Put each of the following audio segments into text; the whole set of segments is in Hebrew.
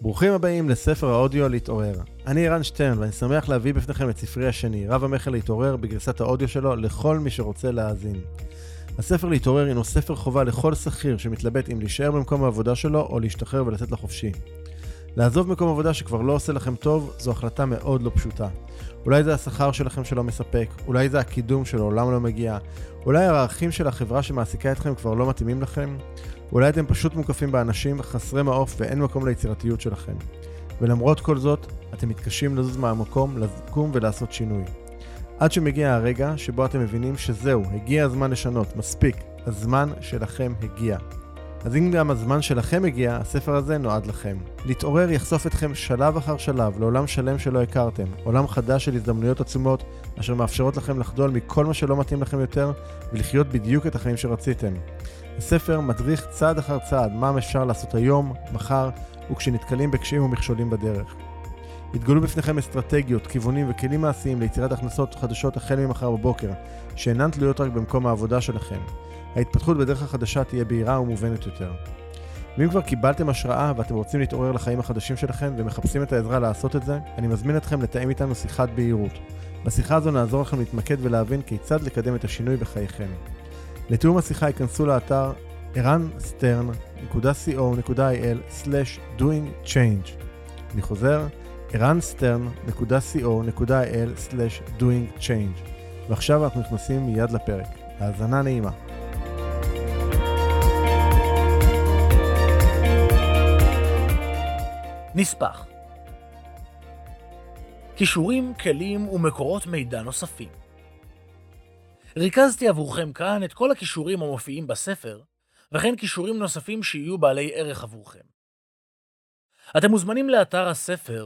ברוכים הבאים לספר האודיו להתעורר. אני ערן שטרן ואני שמח להביא בפניכם את ספרי השני, רב המכר להתעורר, בגרסת האודיו שלו לכל מי שרוצה להאזין. הספר להתעורר הינו ספר חובה לכל שכיר שמתלבט אם להישאר במקום העבודה שלו או להשתחרר ולצאת לחופשי. לעזוב מקום עבודה שכבר לא עושה לכם טוב, זו החלטה מאוד לא פשוטה. אולי זה השכר שלכם שלא מספק, אולי זה הקידום שלו עולם לא מגיע, אולי הערכים של החברה שמעסיקה אתכם כבר לא מתאימים לכם, אולי אתם פשוט מוקפים באנשים חסרי מעוף ואין מקום ליצירתיות שלכם. ולמרות כל זאת, אתם מתקשים לזוז מהמקום, לקום ולעשות שינוי. עד שמגיע הרגע שבו אתם מבינים שזהו, הגיע הזמן לשנות, מספיק, הזמן שלכם הגיע. אז אם גם הזמן שלכם הגיע, הספר הזה נועד לכם. להתעורר יחשוף אתכם שלב אחר שלב לעולם שלם שלא הכרתם, עולם חדש של הזדמנויות עצומות, אשר מאפשרות לכם לחדול מכל מה שלא מתאים לכם יותר, ולחיות בדיוק את החיים שרציתם. הספר מדריך צעד אחר צעד מה אפשר לעשות היום, מחר, וכשנתקלים בקשיים ומכשולים בדרך. יתגלו בפניכם אסטרטגיות, כיוונים וכלים מעשיים ליצירת הכנסות חדשות החל ממחר בבוקר, שאינן תלויות רק במקום העבודה שלכם. ההתפתחות בדרך החדשה תהיה בהירה ומובנת יותר. ואם כבר קיבלתם השראה ואתם רוצים להתעורר לחיים החדשים שלכם ומחפשים את העזרה לעשות את זה, אני מזמין אתכם לתאם איתנו שיחת בהירות. בשיחה הזו נעזור לכם להתמקד ולהבין כיצד לקדם את השינוי בחייכם. לתיאום השיחה ייכנסו לאתר ערנסטרן.co.il/doingchange. אני חוזר, ערנסטרן.co.il/doingchange. ועכשיו אנחנו נכנסים מיד לפרק. האזנה נעימה. נספח. קישורים, כלים ומקורות מידע נוספים. ריכזתי עבורכם כאן את כל הקישורים המופיעים בספר, וכן קישורים נוספים שיהיו בעלי ערך עבורכם. אתם מוזמנים לאתר הספר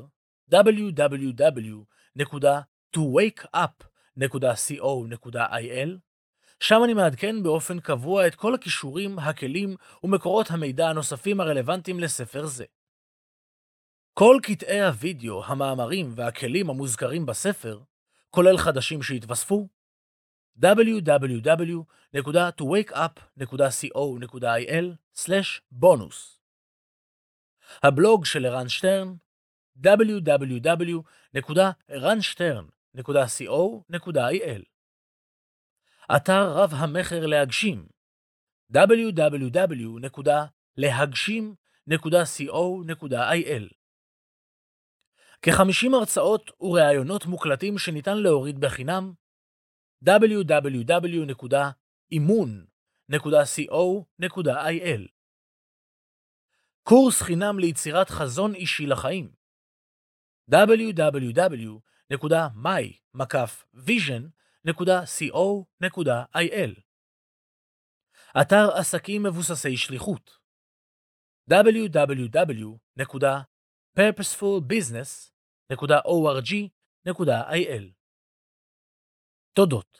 www.towakeup.co.il, שם אני מעדכן באופן קבוע את כל הקישורים, הכלים ומקורות המידע הנוספים הרלוונטיים לספר זה. כל קטעי הוידאו, המאמרים והכלים המוזכרים בספר, כולל חדשים שהתווספו, www.towakeup.co.il/bonus. הבלוג של ערן שטרן, www.ערנשטרן.co.il. אתר רב המכר להגשים, www.להגשים.co.il. כ-50 הרצאות וראיונות מוקלטים שניתן להוריד בחינם, www.imun.co.il. קורס חינם ליצירת חזון אישי לחיים, www.my-vision.co.il. אתר עסקים מבוססי שליחות, www.purposefulbusiness.org.il. תודות.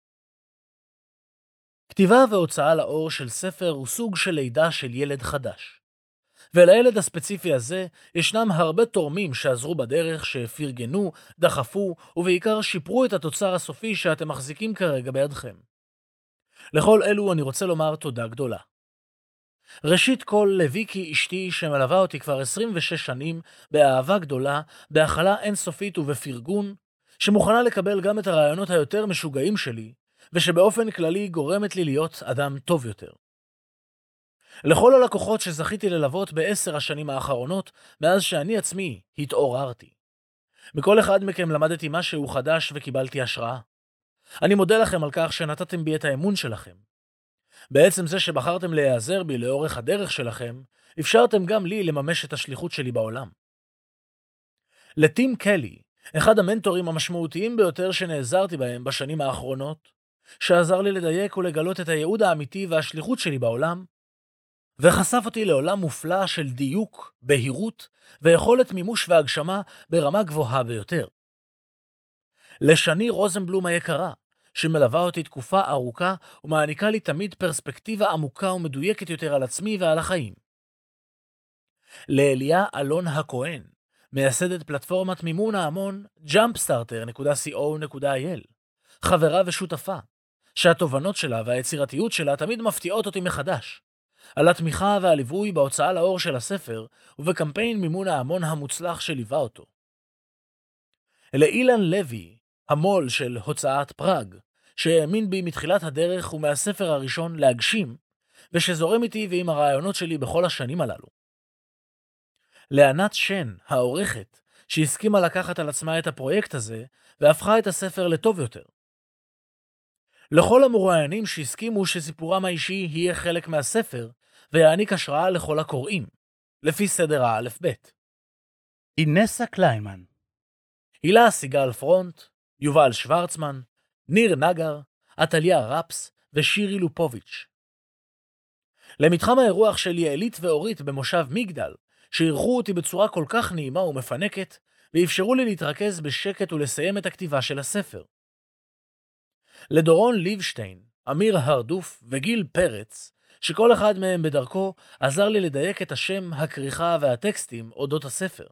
כתיבה והוצאה לאור של ספר הוא סוג של לידה של ילד חדש. ולילד הספציפי הזה ישנם הרבה תורמים שעזרו בדרך, שפרגנו, דחפו ובעיקר שיפרו את התוצר הסופי שאתם מחזיקים כרגע בידכם. לכל אלו אני רוצה לומר תודה גדולה. ראשית כל לויקי אשתי שמלווה אותי כבר 26 שנים באהבה גדולה, בהכלה אינסופית ובפרגון, שמוכנה לקבל גם את הרעיונות היותר משוגעים שלי, ושבאופן כללי גורמת לי להיות אדם טוב יותר. לכל הלקוחות שזכיתי ללוות ב10 השנים האחרונות, מאז שאני עצמי התעוררתי. מכל אחד מכם למדתי משהו חדש וקיבלתי השראה. אני מודה לכם על כך שנתתם בי את האמון שלכם. בעצם זה שבחרתם להיעזר בי לאורך הדרך שלכם, אפשרתם גם לי לממש את השליחות שלי בעולם. לטים קלי, אחד המנטורים המשמעותיים ביותר שנעזרתי בהם בשנים האחרונות, שעזר לי לדייק ולגלות את הייעוד האמיתי והשליחות שלי בעולם, וחשף אותי לעולם מופלא של דיוק, בהירות ויכולת מימוש והגשמה ברמה גבוהה ביותר. לשני רוזנבלום היקרה, שמלווה אותי תקופה ארוכה ומעניקה לי תמיד פרספקטיבה עמוקה ומדויקת יותר על עצמי ועל החיים. לאליה אלון הכהן, מייסדת פלטפורמת מימון ההמון jumpstarter.co.il, חברה ושותפה, שהתובנות שלה והיצירתיות שלה תמיד מפתיעות אותי מחדש, על התמיכה והליווי בהוצאה לאור של הספר ובקמפיין מימון ההמון המוצלח שליווה אותו. לאילן לוי, המו"ל של הוצאת פראג, שהאמין בי מתחילת הדרך ומהספר הראשון להגשים, ושזורם איתי ועם הרעיונות שלי בכל השנים הללו. לענת שן, העורכת, שהסכימה לקחת על עצמה את הפרויקט הזה, והפכה את הספר לטוב יותר. לכל המרואיינים שהסכימו שסיפורם האישי יהיה חלק מהספר, ויעניק השראה לכל הקוראים, לפי סדר האלף-בית. אינסה קליימן, הילה סיגל פרונט, יובל שוורצמן, ניר נגר, עתליה רפס ושירי לופוביץ'. למתחם האירוח של יעלית ואורית במושב מגדל, שאירחו אותי בצורה כל כך נעימה ומפנקת, ואפשרו לי להתרכז בשקט ולסיים את הכתיבה של הספר. לדורון ליבשטיין, אמיר הרדוף וגיל פרץ, שכל אחד מהם בדרכו עזר לי לדייק את השם, הכריכה והטקסטים אודות הספר.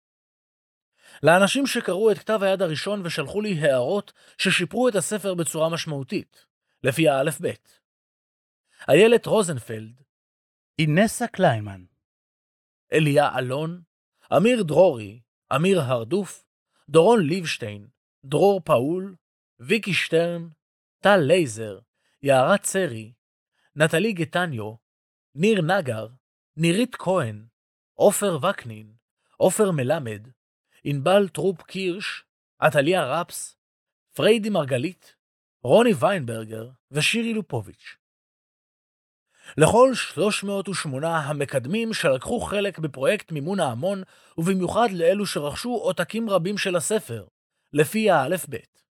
לאנשים שקראו את כתב היד הראשון ושלחו לי הערות ששיפרו את הספר בצורה משמעותית, לפי האלף-בית. איילת רוזנפלד, אינסה קליימן, אליה אלון, אמיר דרורי, אמיר הרדוף, דורון ליבשטיין, דרור פאול, ויקי שטרן, טל לייזר, יערת צרי, נטלי גטניו, ניר נגר, נירית כהן, עופר וקנין, עופר מלמד, ענבל טרופ קירש, עתליה רפס, פריידי מרגלית, רוני ויינברגר ושירי לופוביץ'. לכל 308 המקדמים שלקחו חלק בפרויקט מימון ההמון, ובמיוחד לאלו שרכשו עותקים רבים של הספר, לפי האלף-בית.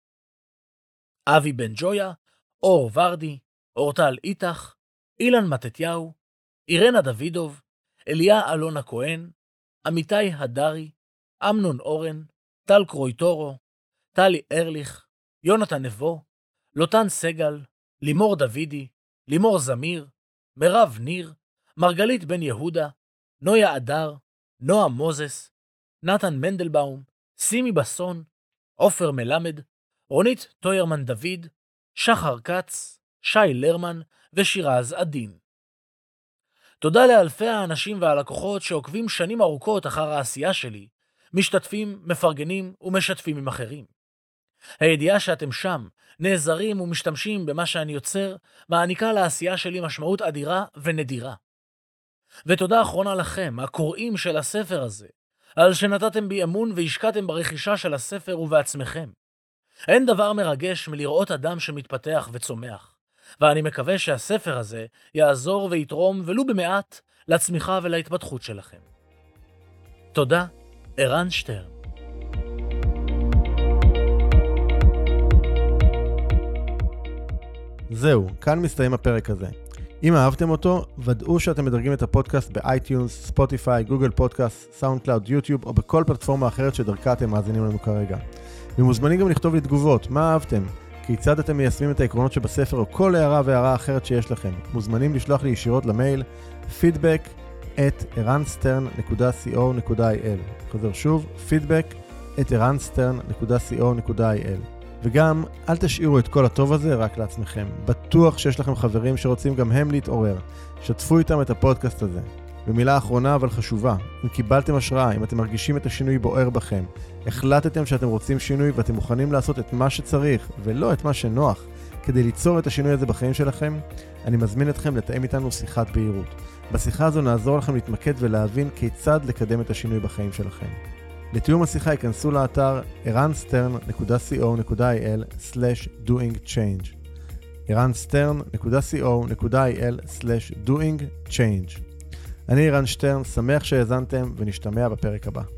אבי בן ג'ויה, אור ורדי, אורטל איתך, אילן מתתיהו, אירנה דוידוב, אליה אלונה כהן, אמיתי הדרי, אמנון אורן, טל קרויטורו, טלי ארליך, יונתן נבו, לוטן סגל, לימור דוידי, לימור זמיר, מירב ניר, מרגלית בן יהודה, נויה אדר, נועה מוזס, נתן מנדלבאום, סימי בסון, עופר מלמד, רונית טוירמן דוד, שחר קץ, שי לרמן ושירז עדין. תודה לאלפי האנשים והלקוחות שעוקבים שנים ארוכות אחר העשייה שלי, משתתפים, מפרגנים ומשתפים עם אחרים. הידיעה שאתם שם, נעזרים ומשתמשים במה שאני יוצר, מעניקה לעשייה שלי משמעות אדירה ונדירה. ותודה אחרונה לכם, הקוראים של הספר הזה, על שנתתם בי אמון והשקעתם ברכישה של הספר ובעצמכם. אין דבר מרגש מלראות אדם שמתפתח וצומח, ואני מקווה שהספר הזה יעזור ויתרום ולו במעט לצמיחה ולהתפתחות שלכם. תודה, ערן שטרן. זהו, כאן מסתיים הפרק הזה. אם אהבתם אותו, ודאו שאתם מדרגים את הפודקאסט באייטיונס, ספוטיפיי, גוגל פודקאסט, סאונד קלאוד, יוטיוב או בכל פלטפורמה אחרת שדרכה אתם מאזינים לנו כרגע. ומוזמנים גם לכתוב לי תגובות, מה אהבתם? כיצד אתם מיישמים את העקרונות שבספר או כל הערה והערה אחרת שיש לכם. מוזמנים לשלוח לי ישירות למייל feedback@ערנסטרן.co.il. חוזר שוב, feedback@ערנסטרן.co.il. וגם, אל תשאירו את כל הטוב הזה רק לעצמכם. בטוח שיש לכם חברים שרוצים גם הם להתעורר. שתפו איתם את הפודקאסט הזה. ומילה אחרונה אבל חשובה, אם קיבלתם השראה, אם אתם מרגישים את השינוי בוער בכם, החלטתם שאתם רוצים שינוי ואתם מוכנים לעשות את מה שצריך ולא את מה שנוח, כדי ליצור את השינוי הזה בחיים שלכם, אני מזמין אתכם לתאם איתנו שיחת בהירות. בשיחה הזו נעזור לכם להתמקד ולהבין כיצד לקדם את השינוי בחיים שלכם. לתיאום השיחה ייכנסו לאתר ערנסטרן.co.il/doingchange ערנסטרן.co.il/doingchange. אני ערן שטרן, שמח שהאזנתם ונשתמע בפרק הבא.